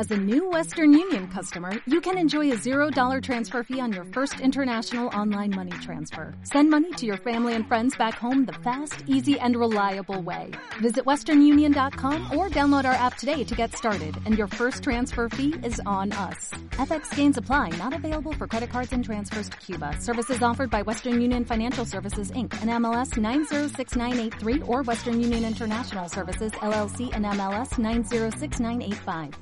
As a new Western Union customer, you can enjoy a $0 transfer fee on your first international online money transfer. Send money to your family and friends back home the fast, easy, and reliable way. Visit westernunion.com or download our app today to get started, and your first transfer fee is on us. FX gains apply, not available for credit cards and transfers to Cuba. Services offered by Western Union Financial Services, Inc., and MLS 906983, or Western Union International Services, LLC, and MLS 906985.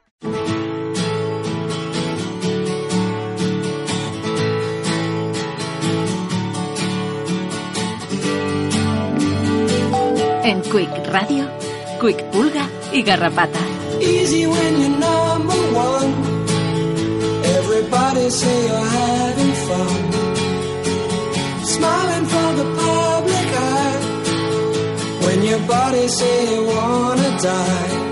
En Quick Radio, Quick Pulga y Garrapata. Easy when you're number one. Everybody say you're having fun. Smiling for the public eye. When your body say you wanna die.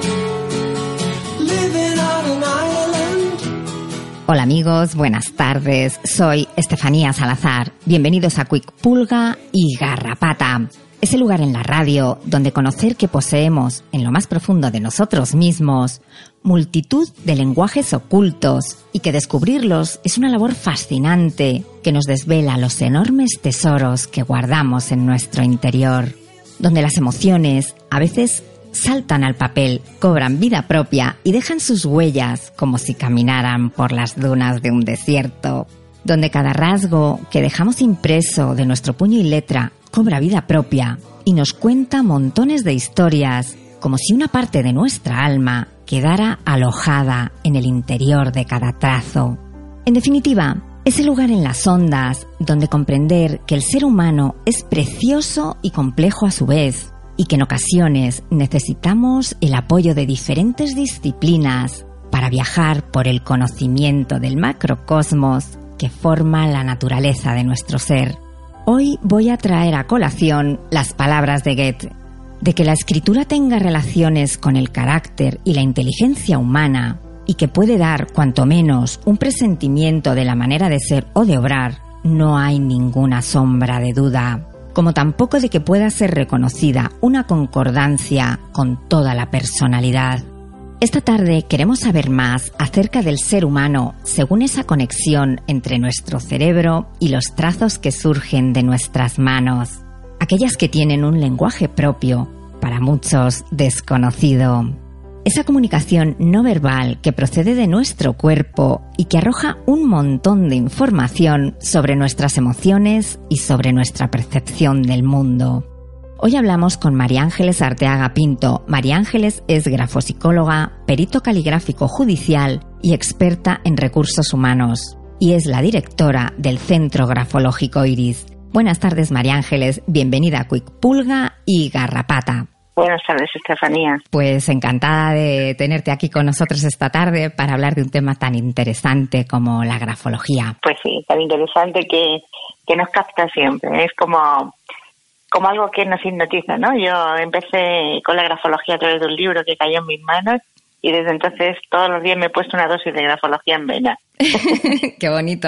Living on an island. Hola amigos, buenas tardes. Soy Estefanía Salazar. Bienvenidos a Quick Pulga y Garrapata. Ese lugar en la radio donde conocer que poseemos en lo más profundo de nosotros mismos multitud de lenguajes ocultos y que descubrirlos es una labor fascinante que nos desvela los enormes tesoros que guardamos en nuestro interior, donde las emociones a veces saltan al papel, cobran vida propia y dejan sus huellas como si caminaran por las dunas de un desierto, donde cada rasgo que dejamos impreso de nuestro puño y letra cobra vida propia y nos cuenta montones de historias, como si una parte de nuestra alma quedara alojada en el interior de cada trazo. En definitiva, ese lugar en las ondas donde comprender que el ser humano es precioso y complejo a su vez, y que en ocasiones necesitamos el apoyo de diferentes disciplinas para viajar por el conocimiento del macrocosmos que forma la naturaleza de nuestro ser. Hoy voy a traer a colación las palabras de Goethe, de que la escritura tenga relaciones con el carácter y la inteligencia humana y que puede dar cuanto menos un presentimiento de la manera de ser o de obrar, no hay ninguna sombra de duda, como tampoco de que pueda ser reconocida una concordancia con toda la personalidad. Esta tarde queremos saber más acerca del ser humano según esa conexión entre nuestro cerebro y los trazos que surgen de nuestras manos, aquellas que tienen un lenguaje propio, para muchos desconocido. Esa comunicación no verbal que procede de nuestro cuerpo y que arroja un montón de información sobre nuestras emociones y sobre nuestra percepción del mundo. Hoy hablamos con María Ángeles Arteaga Pinto. María Ángeles es grafopsicóloga, perito caligráfico judicial y experta en recursos humanos. Y es la directora del Centro Grafológico Iris. Buenas tardes, María Ángeles. Bienvenida a Quick Pulga y Garrapata. Buenas tardes, Estefanía. Pues encantada de tenerte aquí con nosotros esta tarde para hablar de un tema tan interesante como la grafología. Pues sí, tan interesante que nos capta siempre. Es como algo que nos hipnotiza, ¿no? Yo empecé con la grafología a través de un libro que cayó en mis manos y desde entonces todos los días me he puesto una dosis de grafología en vena. ¡Qué bonito!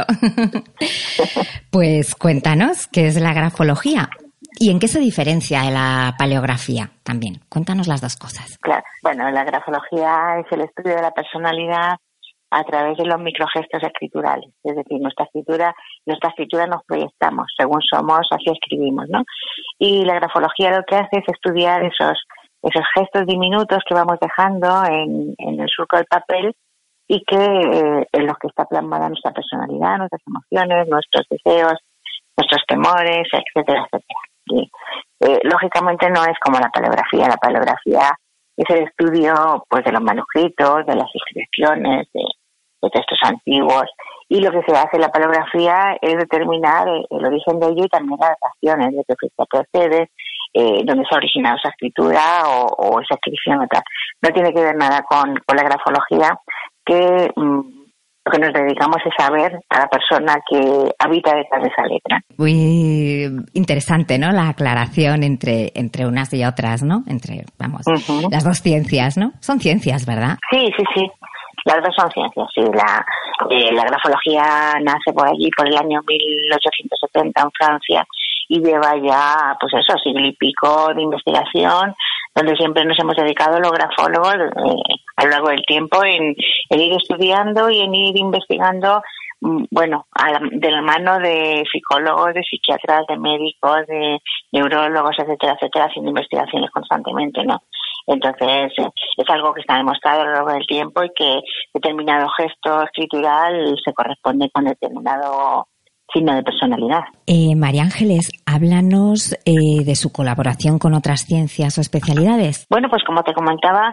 Pues cuéntanos, ¿qué es la grafología? ¿Y en qué se diferencia de la paleografía también? Cuéntanos las dos cosas. Claro, bueno, la grafología es el estudio de la personalidad a través de los microgestos escriturales. Es decir, nuestra escritura nos proyectamos, según somos, así escribimos, ¿no? Y la grafología lo que hace es estudiar esos gestos diminutos que vamos dejando en el surco del papel y que en los que está plasmada nuestra personalidad, nuestras emociones, nuestros deseos, nuestros temores, etcétera, etcétera. Y, lógicamente no es como la paleografía. La paleografía es el estudio pues de los manuscritos, de las inscripciones, de textos antiguos, y lo que se hace en la paleografía es determinar el origen de ello y también las dataciones, de qué fecha procede, dónde se ha originado esa escritura o esa inscripción o tal. No tiene que ver nada con la grafología, que lo que nos dedicamos es saber a la persona que habita detrás de esa letra. Muy interesante, ¿no? La aclaración entre unas y otras, ¿no? Entre, las dos ciencias, ¿no? Son ciencias, ¿verdad? Sí. Las dos son ciencias, sí. La grafología nace por allí, por el año 1870 en Francia, y lleva ya, pues eso, siglo y pico de investigación, donde siempre nos hemos dedicado los grafólogos a lo largo del tiempo en ir estudiando y en ir investigando, de la mano de psicólogos, de psiquiatras, de médicos, de neurólogos, etcétera, etcétera, haciendo investigaciones constantemente, ¿no? Entonces, es algo que está demostrado a lo largo del tiempo y que determinado gesto escritural se corresponde con determinado signo de personalidad. María Ángeles, háblanos de su colaboración con otras ciencias o especialidades. Bueno, pues como te comentaba,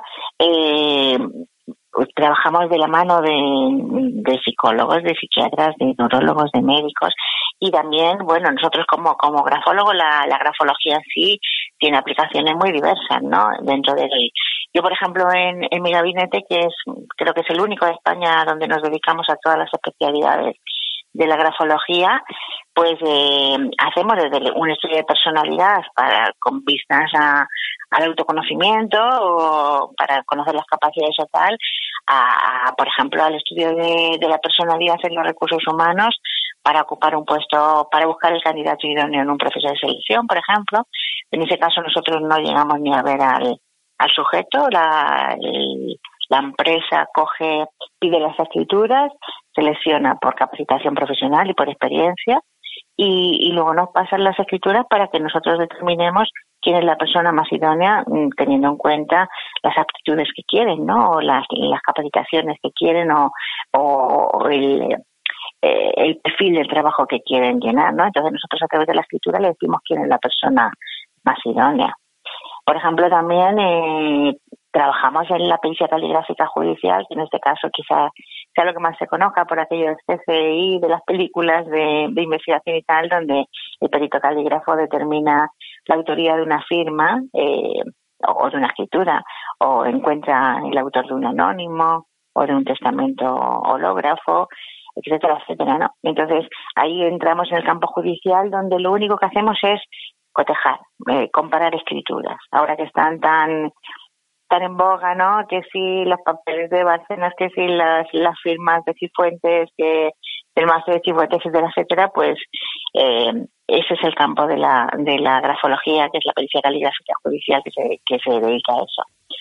trabajamos de la mano de psicólogos, de psiquiatras, de neurólogos, de médicos, y también, nosotros como grafólogos, la grafología en sí tiene aplicaciones muy diversas, ¿no? Dentro de él. Yo, por ejemplo, en mi gabinete, creo que es el único de España donde nos dedicamos a todas las especialidades de la grafología, pues hacemos desde un estudio de personalidad con vistas al autoconocimiento o para conocer las capacidades o tal, por ejemplo, al estudio de la personalidad en los recursos humanos para ocupar un puesto, para buscar el candidato idóneo en un proceso de selección, por ejemplo. En ese caso nosotros no llegamos ni a ver al sujeto, la empresa pide las escrituras, selecciona por capacitación profesional y por experiencia y luego nos pasan las escrituras para que nosotros determinemos quién es la persona más idónea, teniendo en cuenta las aptitudes que quieren, ¿no? O las capacitaciones que quieren o el perfil del trabajo que quieren llenar, ¿no? Entonces nosotros a través de la escritura le decimos quién es la persona más idónea. Por ejemplo, también trabajamos en la pericia caligráfica judicial, que en este caso quizá sea lo que más se conozca por aquello del CSI, de las películas de investigación y tal, donde el perito calígrafo determina la autoría de una firma o de una escritura, o encuentra el autor de un anónimo o de un testamento hológrafo, etcétera, etcétera, ¿no? Entonces, ahí entramos en el campo judicial, donde lo único que hacemos es cotejar, comparar escrituras. Ahora que están tan en boga, ¿no? Que si los papeles de Bárcenas, que si las firmas de Cifuentes, que el máster de Cifuentes, etcétera, etcétera, pues ese es el campo de la grafología, que es la pericia caligráfica judicial que se dedica a eso.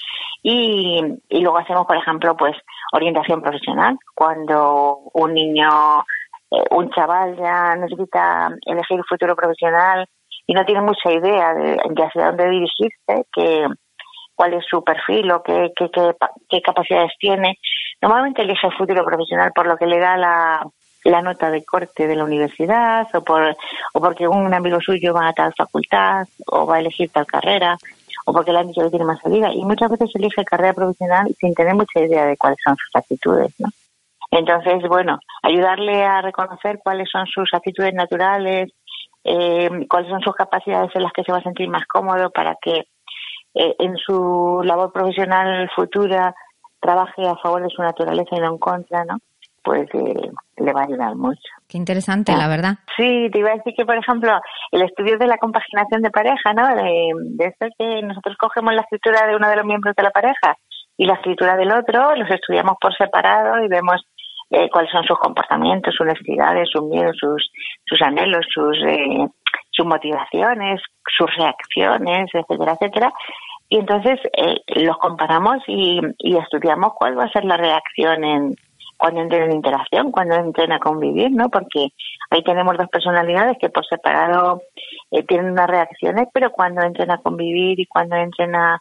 Y luego hacemos, por ejemplo, pues orientación profesional. Cuando un niño, un chaval ya necesita elegir un futuro profesional y no tiene mucha idea de hacia dónde dirigirse, cuál es su perfil o qué capacidades tiene, normalmente elige el futuro profesional por lo que le da la nota de corte de la universidad o porque un amigo suyo va a tal facultad o va a elegir tal carrera o porque le han dicho que tiene más salida, y muchas veces elige carrera profesional sin tener mucha idea de cuáles son sus actitudes, ¿no? Entonces, ayudarle a reconocer cuáles son sus actitudes naturales, cuáles son sus capacidades en las que se va a sentir más cómodo para que en su labor profesional futura trabaje a favor de su naturaleza y no en contra, ¿no? Pues le va a ayudar mucho. Qué interesante, la verdad. Sí, te iba a decir que, por ejemplo, el estudio de la compaginación de pareja, ¿no? De esto que nosotros cogemos la escritura de uno de los miembros de la pareja y la escritura del otro, los estudiamos por separado y vemos cuáles son sus comportamientos, sus necesidades, sus miedos, sus anhelos, sus motivaciones, sus reacciones, etcétera, etcétera. Y entonces los comparamos y estudiamos cuál va a ser la reacción cuando entren en interacción, cuando entren a convivir, ¿no? Porque ahí tenemos dos personalidades que por separado tienen unas reacciones, pero cuando entren a convivir y cuando entren a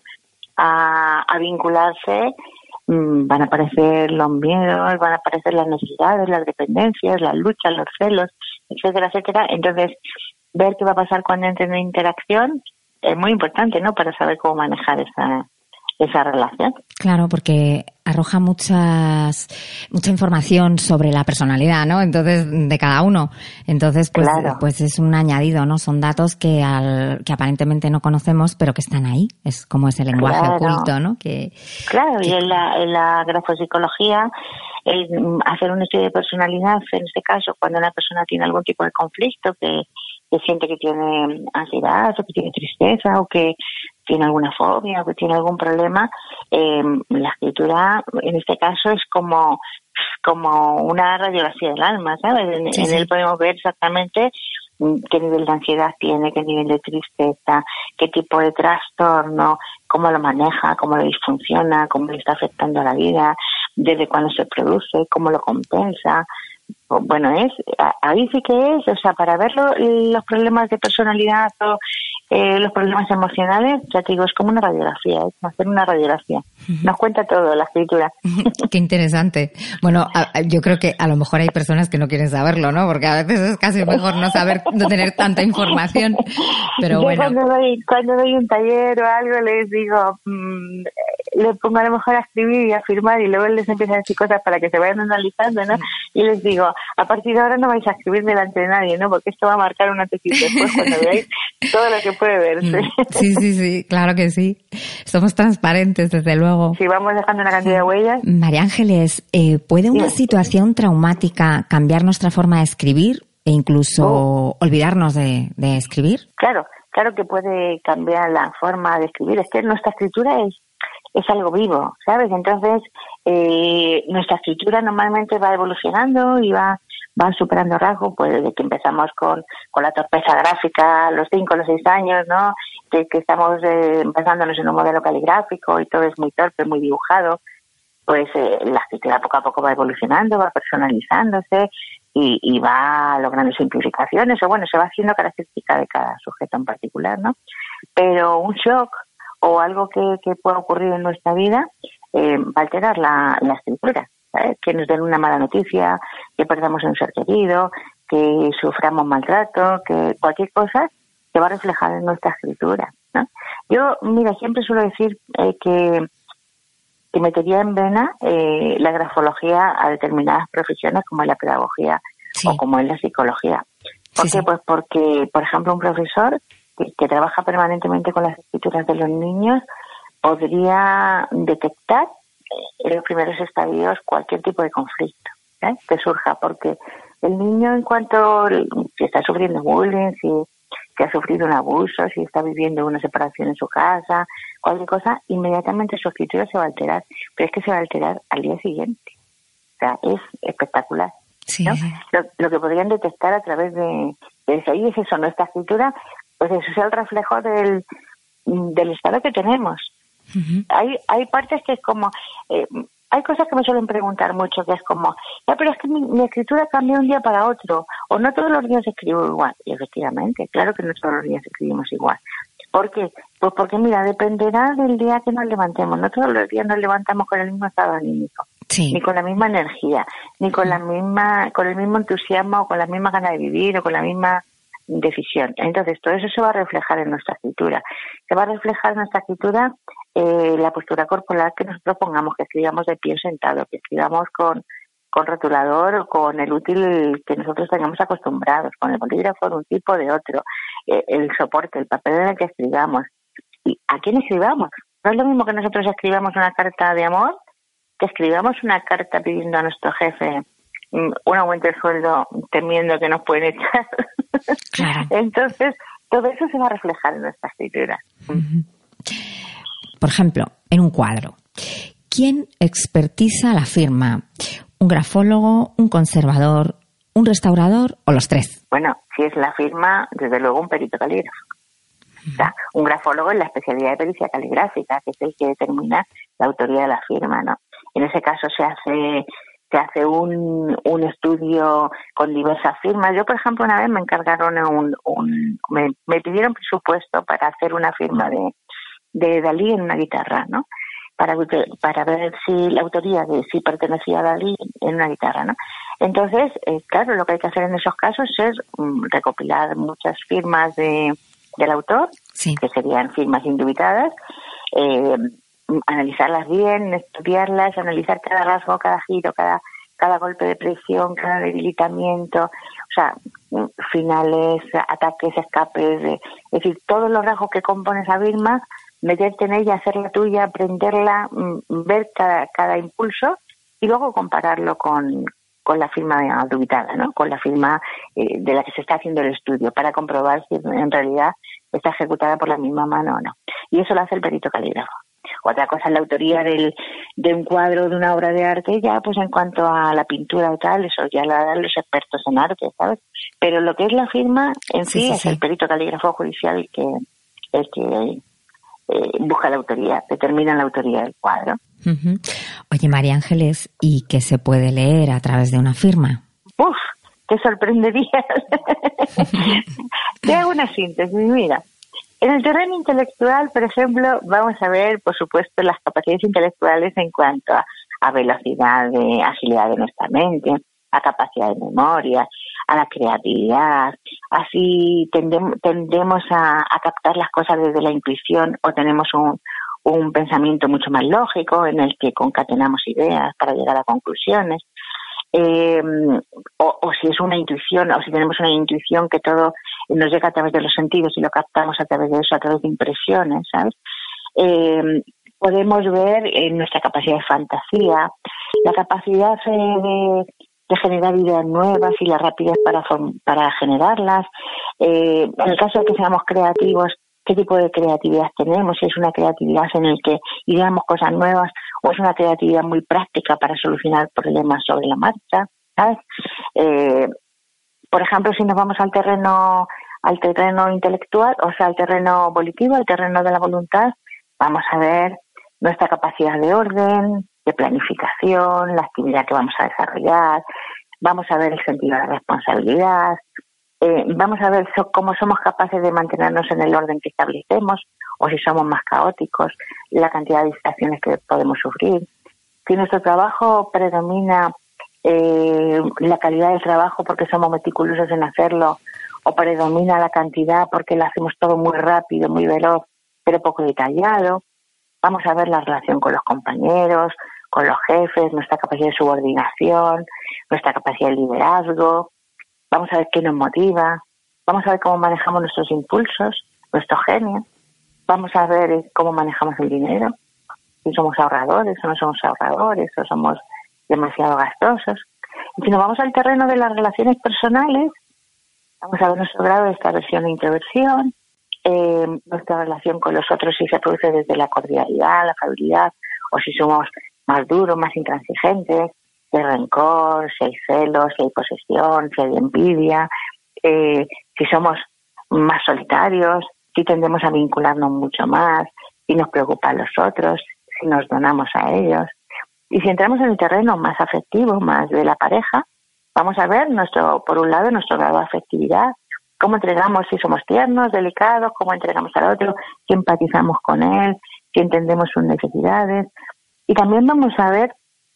vincularse, van a aparecer los miedos, van a aparecer las necesidades, las dependencias, las luchas, los celos, etcétera, etcétera. Entonces, ver qué va a pasar cuando entren en interacción es muy importante, ¿no? Para saber cómo manejar esa relación. Claro, porque arroja mucha información sobre la personalidad, ¿no? Entonces, de cada uno. Entonces, pues, claro. Pues es un añadido, ¿no? Son datos que aparentemente no conocemos, pero que están ahí. Es como ese lenguaje oculto, ¿no? Y en la grafopsicología, hacer un estudio de personalidad, en este caso, cuando una persona tiene algún tipo de conflicto, que siente que tiene ansiedad o que tiene tristeza o que tiene alguna fobia o que tiene algún problema, la escritura en este caso es como una radiografía del alma, ¿sabes? En él podemos ver exactamente qué nivel de ansiedad tiene, qué nivel de tristeza, qué tipo de trastorno, cómo lo maneja, cómo lo disfunciona, cómo le está afectando a la vida, desde cuándo se produce, cómo lo compensa. Bueno, ahí sí que es, o sea, para ver los problemas de personalidad o los problemas emocionales, ya te digo, es como una radiografía, es hacer una radiografía. Nos cuenta todo la escritura. Qué interesante. Bueno, yo creo que a lo mejor hay personas que no quieren saberlo, ¿no? Porque a veces es casi mejor no tener tanta información. Pero yo bueno. Cuando doy un taller o algo, les digo, les pongo a lo mejor a escribir y a firmar y luego les empiezo a decir cosas para que se vayan analizando, ¿no? Y les digo, a partir de ahora no vais a escribir delante de nadie, ¿no? Porque esto va a marcar un antes y después cuando veáis todo lo que puede verse. Sí, claro que sí. Somos transparentes, desde luego. Sí, vamos dejando una cantidad de huellas. María Ángeles, ¿puede una situación traumática cambiar nuestra forma de escribir e incluso olvidarnos de escribir? Claro que puede cambiar la forma de escribir. Es que nuestra escritura es algo vivo, ¿sabes? Entonces, nuestra escritura normalmente va evolucionando y va superando rasgos, pues desde que empezamos con la torpeza gráfica a los 5 o los 6 años, ¿no? Que estamos empezándonos en un modelo caligráfico y todo es muy torpe, muy dibujado, pues la escritura poco a poco va evolucionando, va personalizándose y va logrando simplificaciones, o bueno, se va haciendo característica de cada sujeto en particular, ¿no? Pero un shock o algo que pueda ocurrir en nuestra vida va a alterar la escritura, ¿sabes? Que nos den una mala noticia, que perdamos un ser querido, que suframos maltrato, que cualquier cosa se va a reflejar en nuestra escritura, ¿no? Yo, mira, siempre suelo decir que metería en vena la grafología a determinadas profesiones como es la pedagogía o como es la psicología. ¿Por qué? Pues porque, por ejemplo, un profesor que trabaja permanentemente con las escrituras de los niños podría detectar en los primeros estadios cualquier tipo de conflicto que surja, porque el niño, en cuanto si está sufriendo bullying, si ha sufrido un abuso, si está viviendo una separación en su casa, cualquier cosa, inmediatamente su escritura se va a alterar, pero es que se va a alterar al día siguiente. O sea, es espectacular, ¿no? Lo que podrían detectar a través de eso, y es eso, nuestra escritura, pues eso es el reflejo del estado que tenemos. Uh-huh. Hay partes que es como... hay cosas que me suelen preguntar mucho, que es como, pero es que mi escritura cambia un día para otro, o no todos los días escribo igual. Y efectivamente, claro que no todos los días escribimos igual. ¿Por qué? Pues porque, mira, dependerá del día que nos levantemos. No todos los días nos levantamos con el mismo estado anímico, ni con la misma energía, ni con con el mismo entusiasmo, o con la misma ganas de vivir, o con la misma decisión. Entonces, todo eso se va a reflejar en nuestra escritura. Se va a reflejar en nuestra escritura la postura corporal que nosotros pongamos, que escribamos de pie sentado, que escribamos con rotulador, con el útil que nosotros tengamos acostumbrados, con el bolígrafo de un tipo o de otro, el soporte, el papel en el que escribamos. ¿Y a quién escribamos? No es lo mismo que nosotros escribamos una carta de amor, que escribamos una carta pidiendo a nuestro jefe un aumento de sueldo temiendo que nos pueden echar. Claro. Entonces, todo eso se va a reflejar en nuestra escritura. Uh-huh. Por ejemplo, en un cuadro, ¿quién expertiza la firma? ¿Un grafólogo, un conservador, un restaurador o los tres? Bueno, si es la firma, desde luego un perito calígrafo. Uh-huh. O sea, un grafólogo en la especialidad de pericia caligráfica, que es el que determina la autoría de la firma, ¿no? En ese caso se hace un estudio con diversas firmas. Yo, por ejemplo, una vez me encargaron me pidieron presupuesto para hacer una firma de Dalí en una guitarra, ¿no? Para ver si la autoría de si pertenecía a Dalí en una guitarra, ¿no? Entonces, claro, lo que hay que hacer en esos casos es recopilar muchas firmas del autor, que serían firmas indubitadas, analizarlas bien, estudiarlas, analizar cada rasgo, cada giro, cada golpe de presión, cada debilitamiento, o sea, finales, ataques, escapes, es decir, todos los rasgos que componen esa firma, meterte en ella, hacerla tuya, aprenderla, ver cada impulso y luego compararlo con la firma dubitada, ¿no? Con la firma de la que se está haciendo el estudio, para comprobar si en realidad está ejecutada por la misma mano o no. Y eso lo hace el perito calígrafo. Otra cosa es la autoría de un cuadro, de una obra de arte, ya pues en cuanto a la pintura y tal, eso ya lo harán los expertos en arte, ¿sabes? Pero lo que es la firma en sí es el perito calígrafo judicial el que busca la autoría, determina la autoría del cuadro. Uh-huh. Oye, María Ángeles, ¿y qué se puede leer a través de una firma? ¡Uf! ¡Te sorprenderías! Te hago una síntesis, mira. En el terreno intelectual, por ejemplo, vamos a ver, por supuesto, las capacidades intelectuales en cuanto a velocidad, agilidad de nuestra mente, a capacidad de memoria, a la creatividad. Así tendemos a captar las cosas desde la intuición o tenemos un pensamiento mucho más lógico en el que concatenamos ideas para llegar a conclusiones. O si es una intuición, o si tenemos una intuición que todo nos llega a través de los sentidos y lo captamos a través de eso, a través de impresiones, ¿sabes? Podemos ver nuestra capacidad de fantasía, la capacidad de generar ideas nuevas y la rapidez para generarlas. En el caso de que seamos creativos, qué tipo de creatividad tenemos, si es una creatividad en la que ideamos cosas nuevas o es una creatividad muy práctica para solucionar problemas sobre la marcha, ¿sabes? Por ejemplo, si nos vamos al terreno intelectual, o sea, al terreno volitivo, al terreno de la voluntad, vamos a ver nuestra capacidad de orden, de planificación, la actividad que vamos a desarrollar, vamos a ver el sentido de la responsabilidad, vamos a ver cómo somos capaces de mantenernos en el orden que establecemos o si somos más caóticos, la cantidad de distracciones que podemos sufrir. Si nuestro trabajo predomina la calidad del trabajo porque somos meticulosos en hacerlo o predomina la cantidad porque lo hacemos todo muy rápido, muy veloz, pero poco detallado. Vamos a ver la relación con los compañeros, con los jefes, nuestra capacidad de subordinación, nuestra capacidad de liderazgo. Vamos a ver qué nos motiva, vamos a ver cómo manejamos nuestros impulsos, nuestro genio, vamos a ver cómo manejamos el dinero, si somos ahorradores o no somos ahorradores, o somos demasiado gastosos. Y si nos vamos al terreno de las relaciones personales, vamos a ver nuestro grado de extraversión e introversión, nuestra relación con los otros, si se produce desde la cordialidad, la afabilidad, o si somos más duros, más intransigentes, si hay rencor, si hay celos, si hay posesión, si hay envidia, si somos más solitarios, si tendemos a vincularnos mucho más, si nos preocupan los otros, si nos donamos a ellos. Y si entramos en el terreno más afectivo, más de la pareja, vamos a ver, por un lado, nuestro grado de afectividad, cómo entregamos, si somos tiernos, delicados, cómo entregamos al otro, si empatizamos con él, si entendemos sus necesidades. Y también vamos a ver,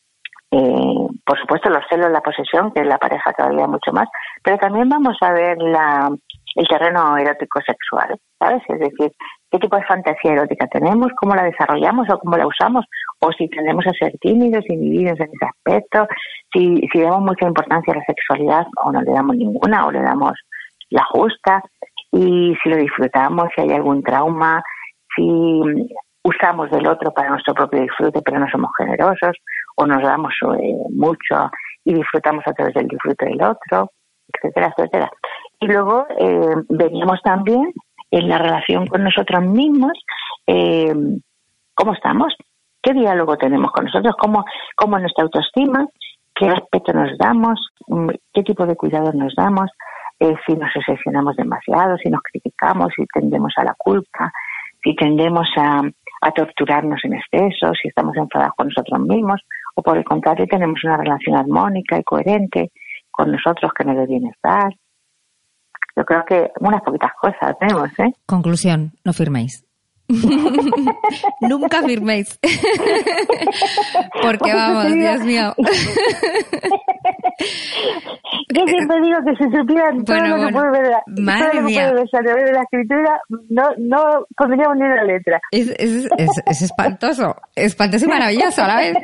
por supuesto, los celos, la posesión, que es la pareja todavía mucho más, pero también vamos a ver el terreno erótico sexual, ¿sabes? Es decir, qué tipo de fantasía erótica tenemos, cómo la desarrollamos o cómo la usamos, o si tendemos a ser tímidos, inhibidos en ese aspecto, si damos mucha importancia a la sexualidad o no le damos ninguna o le damos la justa, y si lo disfrutamos, si hay algún trauma, si usamos del otro para nuestro propio disfrute pero no somos generosos, o nos damos mucho y disfrutamos a través del disfrute del otro, etcétera, etcétera. Y luego veníamos también en la relación con nosotros mismos, cómo estamos, qué diálogo tenemos con nosotros, cómo es nuestra autoestima, qué respeto nos damos, qué tipo de cuidados nos damos, si nos obsesionamos demasiado, si nos criticamos, si tendemos a la culpa, si tendemos a torturarnos en exceso, si estamos enfadados con nosotros mismos, o por el contrario tenemos una relación armónica y coherente con nosotros que nos dé bienestar. Yo creo que unas poquitas cosas tenemos, ¿eh? Conclusión, no firméis. Nunca firméis. Porque vamos, Dios mío. Yo siempre digo que si supieran todo lo que puede ver de la escritura, no pondríamos ni una letra. Es espantoso y maravilloso a la vez.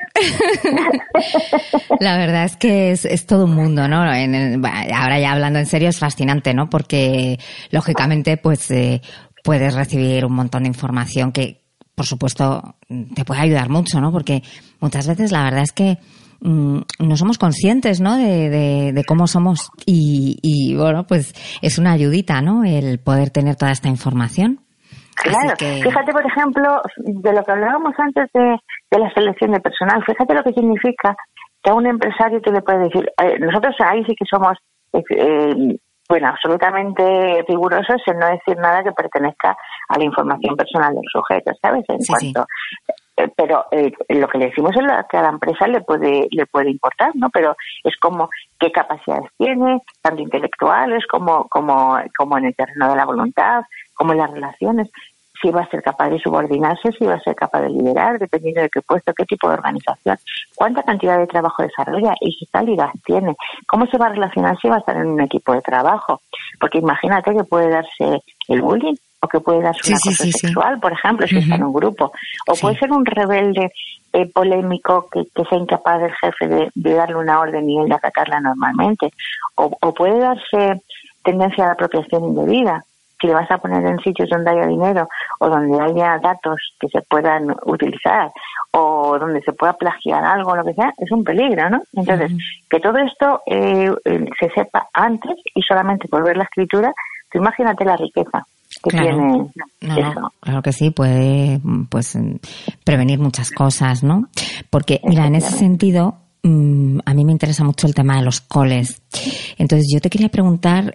La verdad es que es todo un mundo, ¿no? Ahora ya hablando en serio es fascinante, ¿no? Porque lógicamente pues puedes recibir un montón de información que, por supuesto, te puede ayudar mucho, ¿no? Porque muchas veces la verdad es que no somos conscientes, ¿no? De cómo somos y bueno, pues es una ayudita, ¿no? El poder tener toda esta información. Claro, fíjate, por ejemplo, de lo que hablábamos antes de la selección de personal, fíjate lo que significa que a un empresario tú le puedes decir, nosotros ahí sí que somos, absolutamente rigurosos en no decir nada que pertenezca a la información personal del sujeto, ¿sabes? Pero lo que le decimos es que a la empresa le puede importar, ¿no? Pero es como qué capacidades tiene, tanto intelectuales como en el terreno de la voluntad, como en las relaciones, si va a ser capaz de subordinarse, si va a ser capaz de liderar, dependiendo de qué puesto, qué tipo de organización, cuánta cantidad de trabajo desarrolla y qué calidad tiene, cómo se va a relacionar si va a estar en un equipo de trabajo. Porque imagínate que puede darse el bullying o que puede darse un acoso sexual, por ejemplo, si está en un grupo. O puede ser un rebelde polémico que sea incapaz del jefe de darle una orden y él de acatarla normalmente. O puede darse tendencia a la apropiación indebida. Si le vas a poner en sitios donde haya dinero o donde haya datos que se puedan utilizar o donde se pueda plagiar algo, lo que sea, es un peligro, ¿no? Entonces, que todo esto se sepa antes y solamente por ver la escritura, tú imagínate la riqueza que tiene eso. Claro que sí, puede prevenir muchas cosas, ¿no? Porque, mira, en ese sentido, a mí me interesa mucho el tema de los coles. Entonces yo te quería preguntar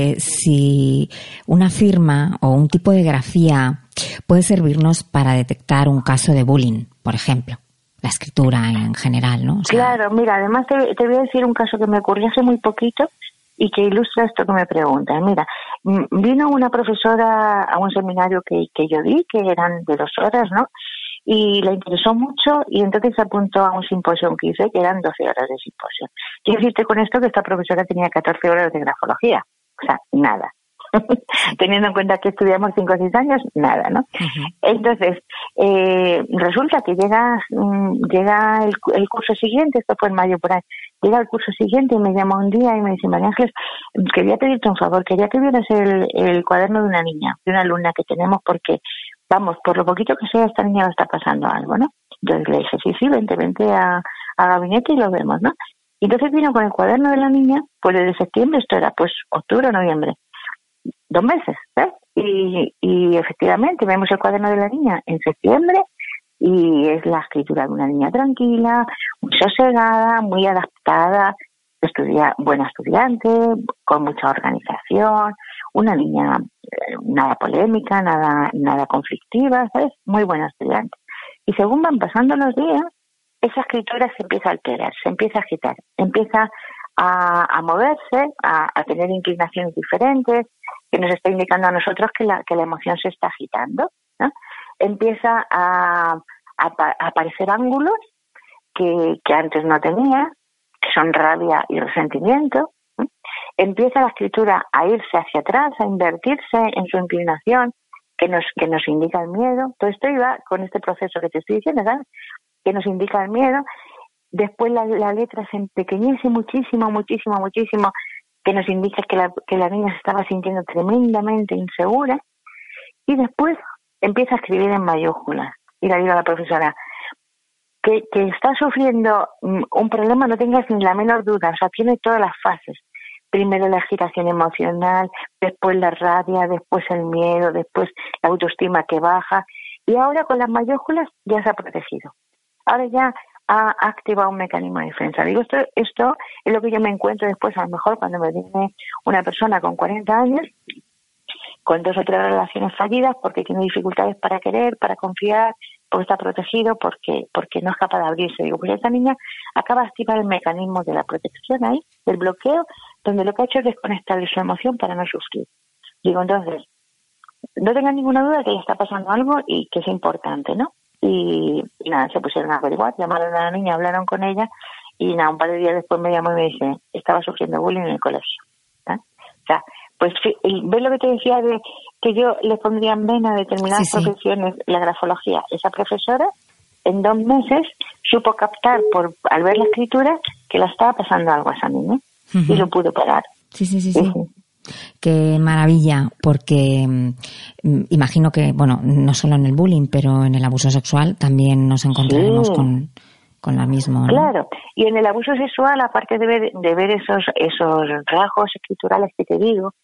si una firma o un tipo de grafía puede servirnos para detectar un caso de bullying, por ejemplo, la escritura en general, ¿no? Claro, mira, además te voy a decir un caso que me ocurrió hace muy poquito y que ilustra esto que me preguntas. Mira, vino una profesora a un seminario que yo di, que eran de 2 horas, ¿no? Y le interesó mucho y entonces se apuntó a un simposio que hice, que eran 12 horas de simposio. Quiero decirte con esto que esta profesora tenía 14 horas de grafología, o sea, nada. Teniendo en cuenta que estudiamos 5 o 6 años, nada, ¿no? Entonces, resulta que llega el curso siguiente, esto fue en mayo por ahí, llega el curso siguiente y me llama un día y me dice, María Ángeles, quería pedirte un favor, quería que vieras el cuaderno de una niña, de una alumna que tenemos, porque vamos, por lo poquito que sea, esta niña le está pasando algo, ¿no? Entonces le dije, sí, vente a gabinete y lo vemos, ¿no? Y entonces vino con el cuaderno de la niña, pues desde septiembre, esto era pues octubre o noviembre, 2 meses, ¿ves? Y efectivamente vemos el cuaderno de la niña en septiembre y es la escritura de una niña tranquila, muy sosegada, muy adaptada, buena estudiante, con mucha organización, una niña nada polémica, nada conflictiva, ¿sabes? Muy buena estudiante. Y según van pasando los días, esa escritura se empieza a alterar, se empieza a agitar, empieza a moverse, a tener inclinaciones diferentes, que nos está indicando a nosotros que la emoción se está agitando, ¿no? Empieza a aparecer ángulos que antes no tenía, que son rabia y resentimiento, ¿no? Empieza la escritura a irse hacia atrás, a invertirse en su inclinación, que nos indica el miedo. Todo esto iba con este proceso que te estoy diciendo, ¿sabes? Que nos indica el miedo. Después la letra se empequeñece muchísimo, que nos indica que la niña se estaba sintiendo tremendamente insegura. Y después empieza a escribir en mayúsculas. Y le digo a la profesora, que está sufriendo un problema, no tengas ni la menor duda, o sea, tiene todas las fases. Primero la agitación emocional, después la rabia, después el miedo, después la autoestima que baja. Y ahora con las mayúsculas ya se ha protegido. Ahora ya ha activado un mecanismo de defensa. Digo, esto es lo que yo me encuentro después, a lo mejor cuando me viene una persona con 40 años, con 2 o 3 relaciones fallidas, porque tiene dificultades para querer, para confiar, porque está protegido, porque no es capaz de abrirse. Digo, pues esa niña acaba de activar el mecanismo de la protección ahí, del bloqueo, donde lo que ha hecho es desconectar de su emoción para no sufrir. Digo, entonces, no tengan ninguna duda que le está pasando algo y que es importante, ¿no? Y nada, se pusieron a averiguar, llamaron a la niña, hablaron con ella y nada, un par de días después me llamó y me dice, estaba sufriendo bullying en el colegio. ¿Eh? O sea, pues ves lo que te decía de que yo le pondría en vena a determinadas profesiones la grafología. Esa profesora en 2 meses supo captar al ver la escritura que le estaba pasando algo a esa niña y lo pudo parar. Sí. Qué maravilla, porque imagino que, bueno, no solo en el bullying, pero en el abuso sexual también nos encontraremos con lo mismo, ¿no? Claro, y en el abuso sexual, aparte de ver esos rasgos escriturales que te digo,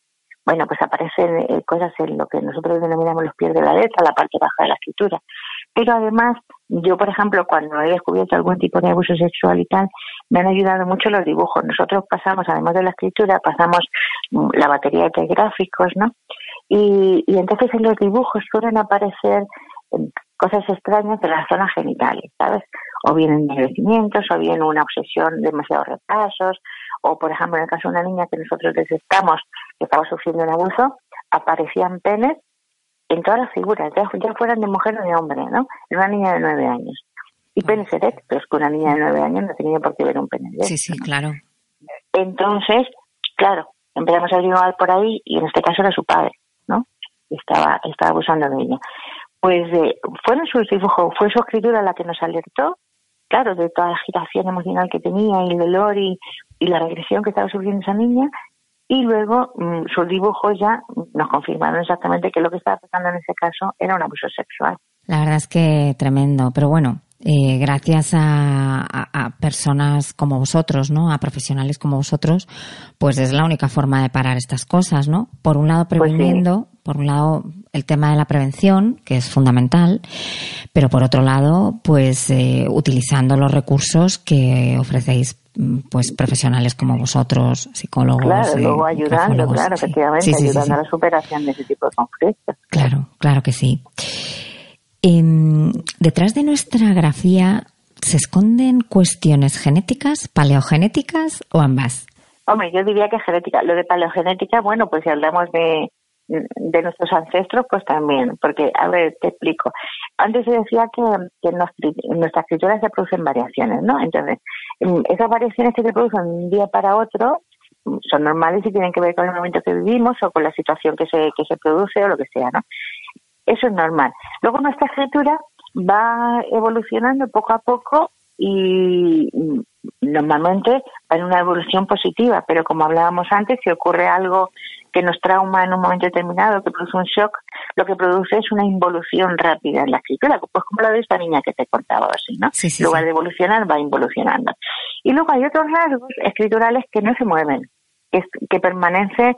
bueno, pues aparecen cosas en lo que nosotros denominamos los pies de la letra, la parte baja de la escritura. Pero además, yo, por ejemplo, cuando he descubierto algún tipo de abuso sexual y tal, me han ayudado mucho los dibujos. Nosotros pasamos, además de la escritura, pasamos la batería de gráficos, ¿no? Y entonces en los dibujos suelen aparecer cosas extrañas de las zonas genitales, ¿sabes? O bien ennegrecimientos, o bien una obsesión, demasiados retrasos, o por ejemplo en el caso de una niña que nosotros detectamos que estaba sufriendo un abuso, aparecían penes en todas las figuras, ya fueran de mujer o de hombre, ¿no? Era una niña de 9 años. Y penes erectos, que una niña de 9 años no tenía por qué ver un pene erecto. Sí, sí, claro. Entonces, claro, empezamos a averiguar por ahí, y en este caso era su padre, ¿no? Estaba abusando de ella. Pues fueron sus dibujos, fue su escritura la que nos alertó, claro, de toda la agitación emocional que tenía y el dolor y la regresión que estaba sufriendo esa niña, y luego sus dibujos ya nos confirmaron exactamente que lo que estaba pasando en ese caso era un abuso sexual. La verdad es que tremendo, pero bueno, gracias a personas como vosotros, ¿no? A profesionales como vosotros, pues es la única forma de parar estas cosas, ¿no? Por un lado previniendo, por un lado el tema de la prevención, que es fundamental, pero por otro lado, pues utilizando los recursos que ofrecéis, pues profesionales como vosotros, psicólogos. Claro, luego ayudando, claro, sí. Efectivamente, sí, ayudando a la superación de ese tipo de conflictos. Claro que sí. Detrás de nuestra grafía, ¿se esconden cuestiones genéticas, paleogenéticas o ambas? Hombre, yo diría que genética. Lo de paleogenética, bueno, pues si hablamos de nuestros ancestros, pues también, porque, a ver, te explico. Antes se decía que en nuestra escritura se producen variaciones, ¿no? Entonces, esas variaciones que se producen de un día para otro son normales y tienen que ver con el momento que vivimos o con la situación que se produce o lo que sea, ¿no? Eso es normal. Luego nuestra escritura va evolucionando poco a poco y normalmente va en una evolución positiva, pero como hablábamos antes, si ocurre algo que nos trauma en un momento determinado, que produce un shock, lo que produce es una involución rápida en la escritura, pues como la de esta niña que te contaba así, ¿no? Sí, en lugar de evolucionar, va involucionando. Y luego hay otros rasgos escriturales que no se mueven, que permanecen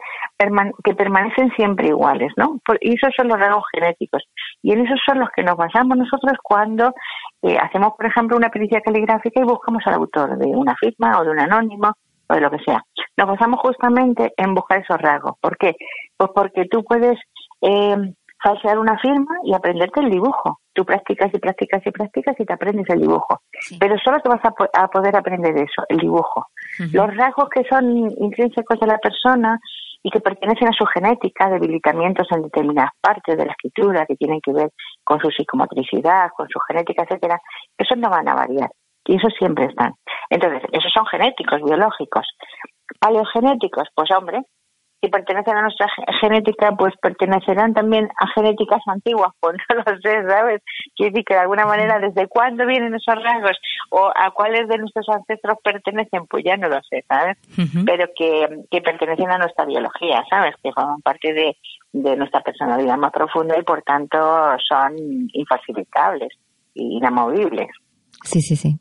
siempre iguales, ¿no? Y esos son los rasgos genéticos. Y en esos son los que nos basamos nosotros cuando hacemos, por ejemplo, una pericia caligráfica y buscamos al autor de una firma o de un anónimo o de lo que sea. Nos basamos justamente en buscar esos rasgos. ¿Por qué? Pues porque tú puedes falsear una firma y aprenderte el dibujo. Tú practicas y practicas y practicas y te aprendes el dibujo. Sí. Pero solo te vas a poder aprender eso, el dibujo. Uh-huh. Los rasgos que son intrínsecos de la persona y que pertenecen a su genética, debilitamientos en determinadas partes de la escritura que tienen que ver con su psicomotricidad, con su genética, etcétera, esos no van a variar. Y esos siempre están. Entonces, esos son genéticos, biológicos. Paleogenéticos, pues hombre, si pertenecen a nuestra genética, pues pertenecerán también a genéticas antiguas, pues no lo sé, ¿sabes? Quiere decir que de alguna manera, ¿desde cuándo vienen esos rasgos? O a cuáles de nuestros ancestros pertenecen, pues ya no lo sé, ¿sabes? Uh-huh. Pero que pertenecen a nuestra biología, ¿sabes? Que forman parte de nuestra personalidad más profunda y por tanto son infalsificables e inamovibles. Sí.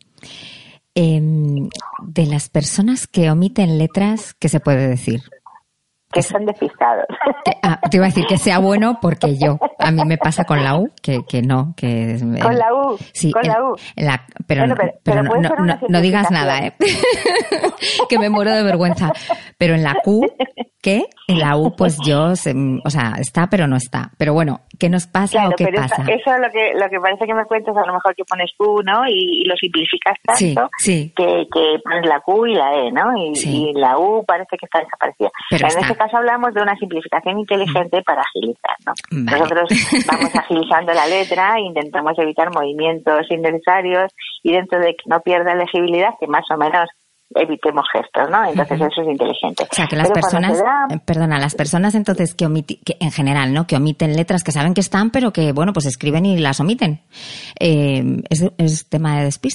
De las personas que omiten letras, ¿qué se puede decir? Que son despistados. Te iba a decir que sea bueno porque a mí me pasa con la U, que no, que... Con la U, sí, con la U. Pero no digas nada, que me muero de vergüenza. Pero en la Q, ¿qué? En la U, pues yo, está, pero no está. Pero bueno, ¿qué nos pasa claro, o qué pasa? Eso es lo que parece que me cuentas, a lo mejor que pones Q, ¿no? Y lo simplificas tanto que pones la Q y la E, ¿no? Y la U parece que está desaparecida. Pero en este caso hablamos de una simplificación inteligente para agilizar, ¿no? Vale. Nosotros vamos agilizando la letra, intentamos evitar movimientos innecesarios y dentro de que no pierda legibilidad, que más o menos evitemos gestos, ¿no? Entonces eso es inteligente. O sea, que las personas, las personas entonces que en general, ¿no? Que omiten letras que saben que están, pero que, bueno, pues escriben y las omiten. ¿Es tema de despiste?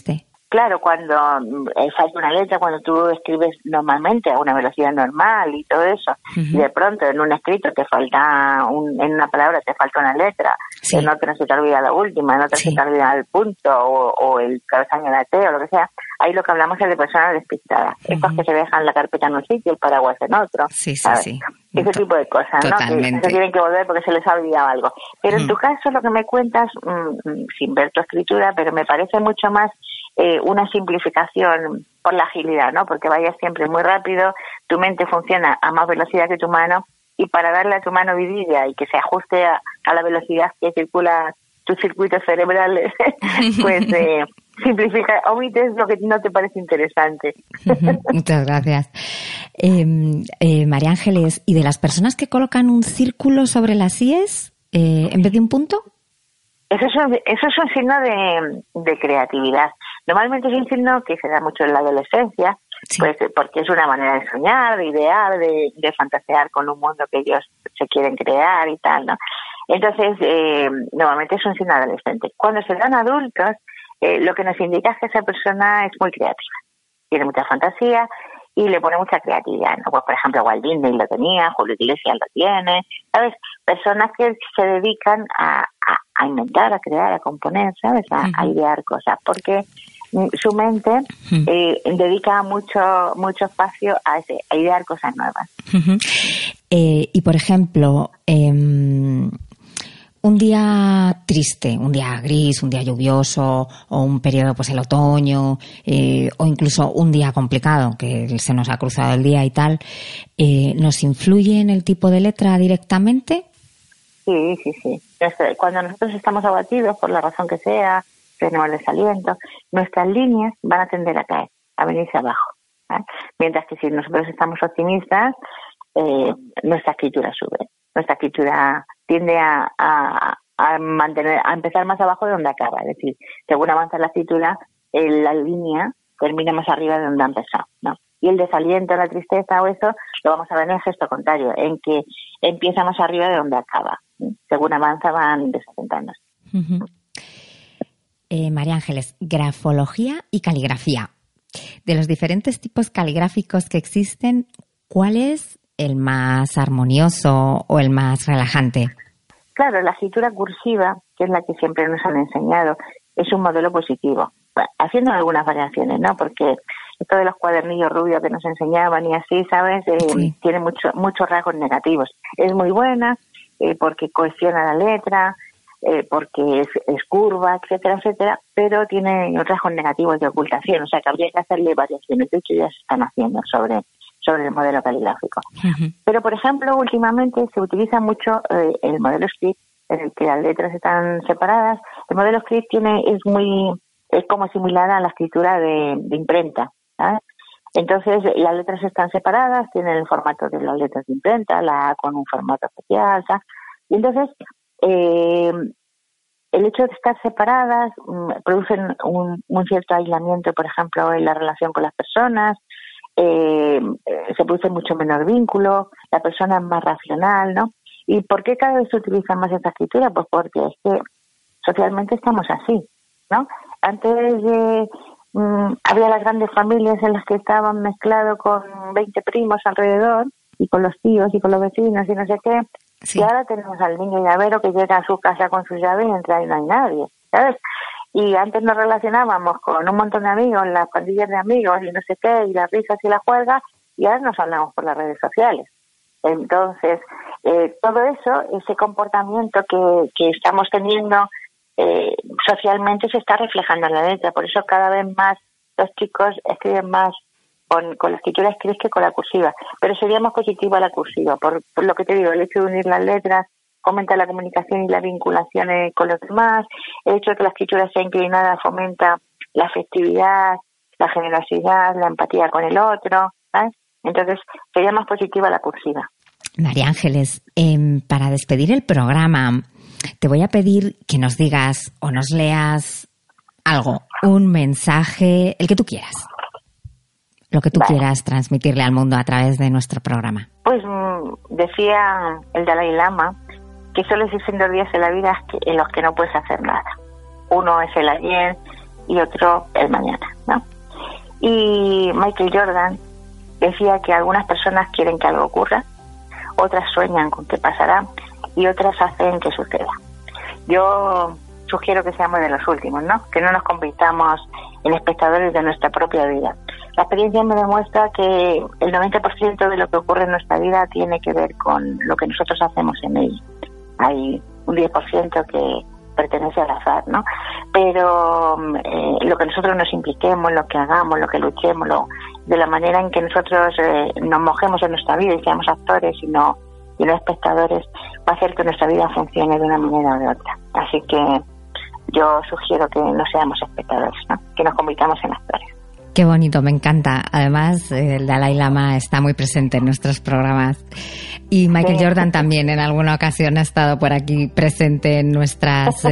claro, cuando falta una letra, cuando tú escribes normalmente a una velocidad normal y todo eso, y de pronto en un escrito te falta, en una palabra te falta una letra, en otra se te olvida la última, en otra se te olvida el punto o el cabezaño de la T o lo que sea, ahí lo que hablamos es de personas despistadas. Estos que se dejan la carpeta en un sitio, el paraguas en otro. Ese tipo de cosas, ¿no? Que se tienen que volver porque se les ha olvidado algo. Pero en tu caso lo que me cuentas, sin ver tu escritura, pero me parece mucho más una simplificación por la agilidad, ¿no? Porque vayas siempre muy rápido, tu mente funciona a más velocidad que tu mano, y para darle a tu mano vidilla y que se ajuste a la velocidad que circula tus circuitos cerebrales, pues simplifica, omites lo que no te parece interesante. Muchas gracias. María Ángeles, ¿y de las personas que colocan un círculo sobre las IES en vez de un punto? Eso es un signo de creatividad. Normalmente es un signo que se da mucho en la adolescencia, pues porque es una manera de soñar, de idear, de fantasear con un mundo que ellos se quieren crear y tal, ¿no? Entonces, normalmente es un signo adolescente. Cuando se dan adultos, lo que nos indica es que esa persona es muy creativa, tiene mucha fantasía y le pone mucha creatividad, ¿no? Pues, por ejemplo, Walt Disney lo tenía, Julio Iglesias lo tiene, ¿sabes? Personas que se dedican a inventar, a crear, a componer, ¿sabes? A idear cosas, porque su mente dedica mucho espacio a idear cosas nuevas. Y, por ejemplo, un día triste, un día gris, un día lluvioso, o un periodo, pues el otoño, o incluso un día complicado, que se nos ha cruzado el día y tal, ¿nos influye en el tipo de letra directamente? Sí. Cuando nosotros estamos abatidos, por la razón que sea, tenemos el desaliento, nuestras líneas van a tender a caer, a venirse abajo, ¿eh? Mientras que si nosotros estamos optimistas, nuestra escritura sube. Nuestra escritura tiende a empezar más abajo de donde acaba. Es decir, según avanza la escritura, la línea termina más arriba de donde ha empezado, ¿no? Y el desaliento, la tristeza o eso, lo vamos a ver en el gesto contrario, en que empieza más arriba de donde acaba. Según avanza van desalentándose. María Ángeles, grafología y caligrafía. De los diferentes tipos caligráficos que existen, ¿cuál es el más armonioso o el más relajante? Claro, la escritura cursiva, que es la que siempre nos han enseñado, es un modelo positivo, haciendo algunas variaciones, ¿no? Porque esto de los cuadernillos rubios que nos enseñaban y así, ¿sabes? Tiene muchos rasgos negativos. Es muy buena porque cohesiona la letra, porque es curva, etcétera, pero tiene rasgos negativos de ocultación, o sea que habría que hacerle variaciones. De hecho, ya se están haciendo sobre el modelo caligráfico. Pero, por ejemplo, últimamente se utiliza mucho el modelo script, en el que las letras están separadas. El modelo script es como similar a la escritura de imprenta, ¿sabes? Entonces, las letras están separadas, tienen el formato de las letras de imprenta, la A con un formato especial, ¿sabes? Y entonces, el hecho de estar separadas producen un cierto aislamiento, por ejemplo, en la relación con las personas. Se produce mucho menor vínculo, la persona es más racional, ¿no? ¿Y por qué cada vez se utiliza más esta escritura? Pues porque es que socialmente estamos así, ¿no? Antes había las grandes familias en las que estaban mezclados con 20 primos alrededor, y con los tíos y con los vecinos y no sé qué, y ahora tenemos al niño llavero que llega a su casa con su llave y entra y no hay nadie, ¿sabes? Y antes nos relacionábamos con un montón de amigos, las pandillas de amigos y no sé qué, y las risas y las juergas, y ahora nos hablamos por las redes sociales. Entonces, todo eso, ese comportamiento que estamos teniendo socialmente se está reflejando en la letra. Por eso cada vez más los chicos escriben más con la escritura script que con la cursiva. Pero sería más positiva la cursiva, por lo que te digo, el hecho de unir las letras fomenta la comunicación y la vinculación con los demás. El hecho de que la escritura sea inclinada fomenta la afectividad, la generosidad, la empatía con el otro, ¿sabes? Entonces, sería más positiva la cursiva. María Ángeles, para despedir el programa, te voy a pedir que nos digas o nos leas algo, un mensaje, el que tú quieras. Lo que tú quieras transmitirle al mundo a través de nuestro programa. Pues decía el Dalai Lama que solo existen 2 días en la vida en los que no puedes hacer nada. Uno es el ayer y otro el mañana, Y Michael Jordan decía que algunas personas quieren que algo ocurra, otras sueñan con que pasará y otras hacen que suceda. Yo sugiero que seamos de los últimos, ¿no? Que no nos convirtamos en espectadores de nuestra propia vida. La experiencia me demuestra que el 90% de lo que ocurre en nuestra vida tiene que ver con lo que nosotros hacemos en ella. Hay un 10% que pertenece al azar, ¿no? Pero lo que nosotros nos impliquemos, lo que hagamos, lo que luchemos, de la manera en que nosotros nos mojemos en nuestra vida y seamos actores y no espectadores, va a hacer que nuestra vida funcione de una manera o de otra. Así que yo sugiero que no seamos espectadores, ¿no? Que nos convirtamos en actores. Qué bonito, me encanta. Además, el Dalai Lama está muy presente en nuestros programas. Y Michael Jordan también en alguna ocasión ha estado por aquí presente en nuestras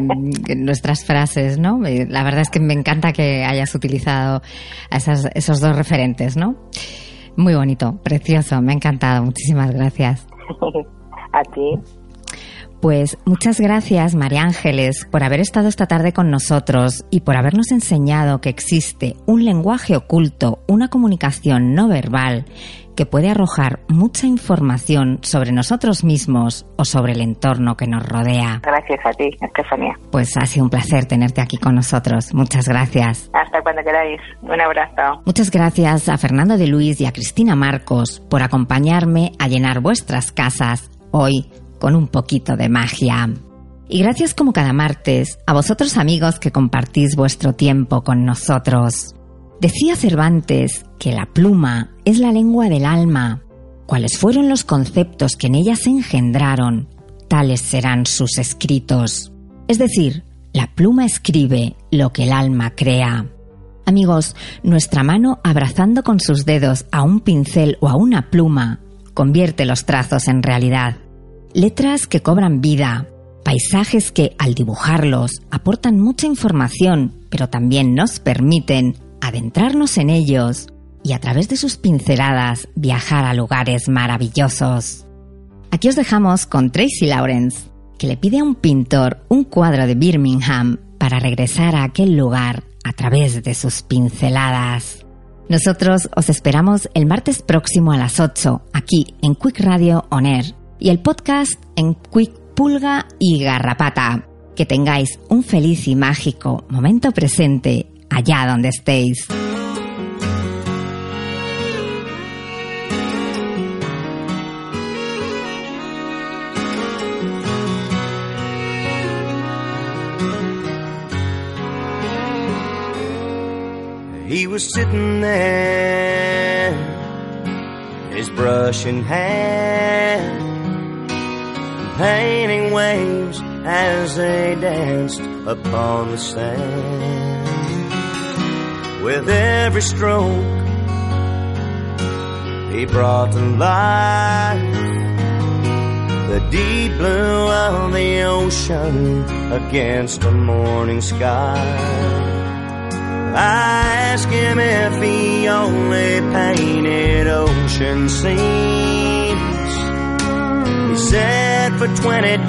frases, ¿no? La verdad es que me encanta que hayas utilizado a esos dos referentes, ¿no? Muy bonito, precioso, me ha encantado. Muchísimas gracias. A ti. Pues muchas gracias, María Ángeles, por haber estado esta tarde con nosotros y por habernos enseñado que existe un lenguaje oculto, una comunicación no verbal que puede arrojar mucha información sobre nosotros mismos o sobre el entorno que nos rodea. Gracias a ti, Estefanía. Pues ha sido un placer tenerte aquí con nosotros. Muchas gracias. Hasta cuando queráis. Un abrazo. Muchas gracias a Fernando de Luis y a Cristina Marcos por acompañarme a llenar vuestras casas hoy con un poquito de magia. Y gracias como cada martes a vosotros amigos que compartís vuestro tiempo con nosotros. Decía Cervantes que la pluma es la lengua del alma. Cuáles fueron los conceptos que en ella se engendraron, tales serán sus escritos. Es decir, la pluma escribe lo que el alma crea. Amigos, nuestra mano abrazando con sus dedos a un pincel o a una pluma convierte los trazos en realidad. Letras que cobran vida, paisajes que, al dibujarlos, aportan mucha información, pero también nos permiten adentrarnos en ellos y a través de sus pinceladas viajar a lugares maravillosos. Aquí os dejamos con Tracy Lawrence, que le pide a un pintor un cuadro de Birmingham para regresar a aquel lugar a través de sus pinceladas. Nosotros os esperamos el martes próximo a las 8, aquí en Quick Radio On Air, y el podcast en Quick Pulga y Garrapata. Que tengáis un feliz y mágico momento presente allá donde estéis. He was sitting there, his brush in hand, painting waves as they danced upon the sand. With every stroke he brought to life the deep blue of the ocean against a morning sky. I asked him if he only painted ocean scenes. He said for $20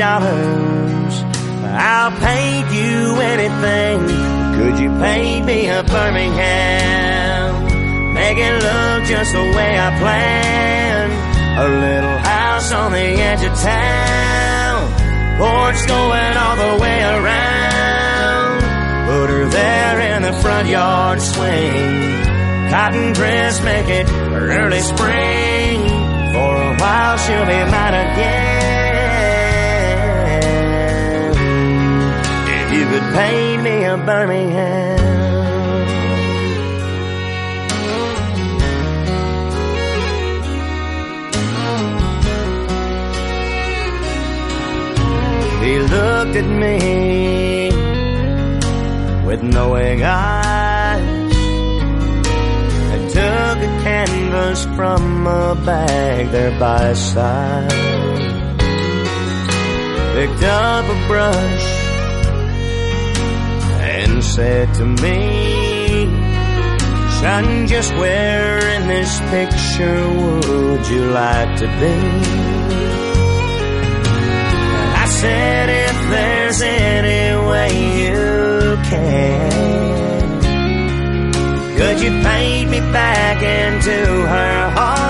I'll paint you anything. Could you paint me a Birmingham? Make it look just the way I planned. A little house on the edge of town, porch going all the way around. Put her there in the front yard swing. Cotton dress, make it early spring. For a while she'll be mine again. If you could paint me a Birmingham. He looked at me with knowing eyes and took a canvas from a bag there by his side. Picked up a brush and said to me, son, just where in this picture would you like to be? I said, if there's any way you can, could you paint me back into her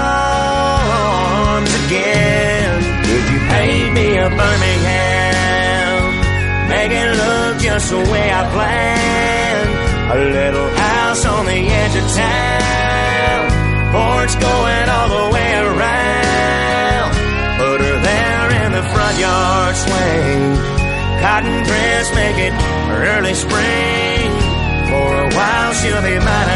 arms again? Could you paint me a Birmingham, make it look just the way I planned? A little house on the edge of town, porch going all the way around. Put her there in the front yard swing, cotton dress, make it early spring. For a while she'll be mine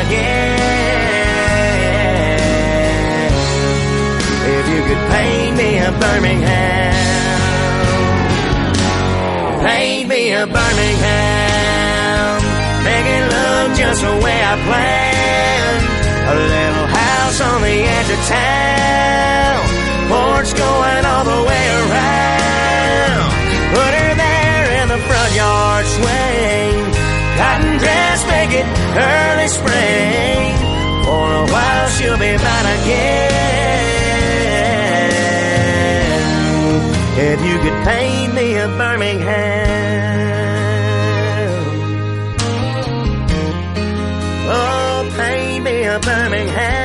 again. If you could paint me a Birmingham, paint me a Birmingham, make it look just the way I planned. A little house on the edge of town, porch going all the way around. Put her there in the front yard swing, cotton dress, make it early spring. For a while she'll be mine again. If you could paint me a Birmingham, oh, paint me a Birmingham.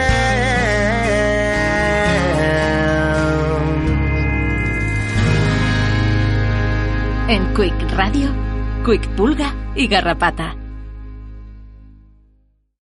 En Quick Radio, Quick Pulga y Garrapata.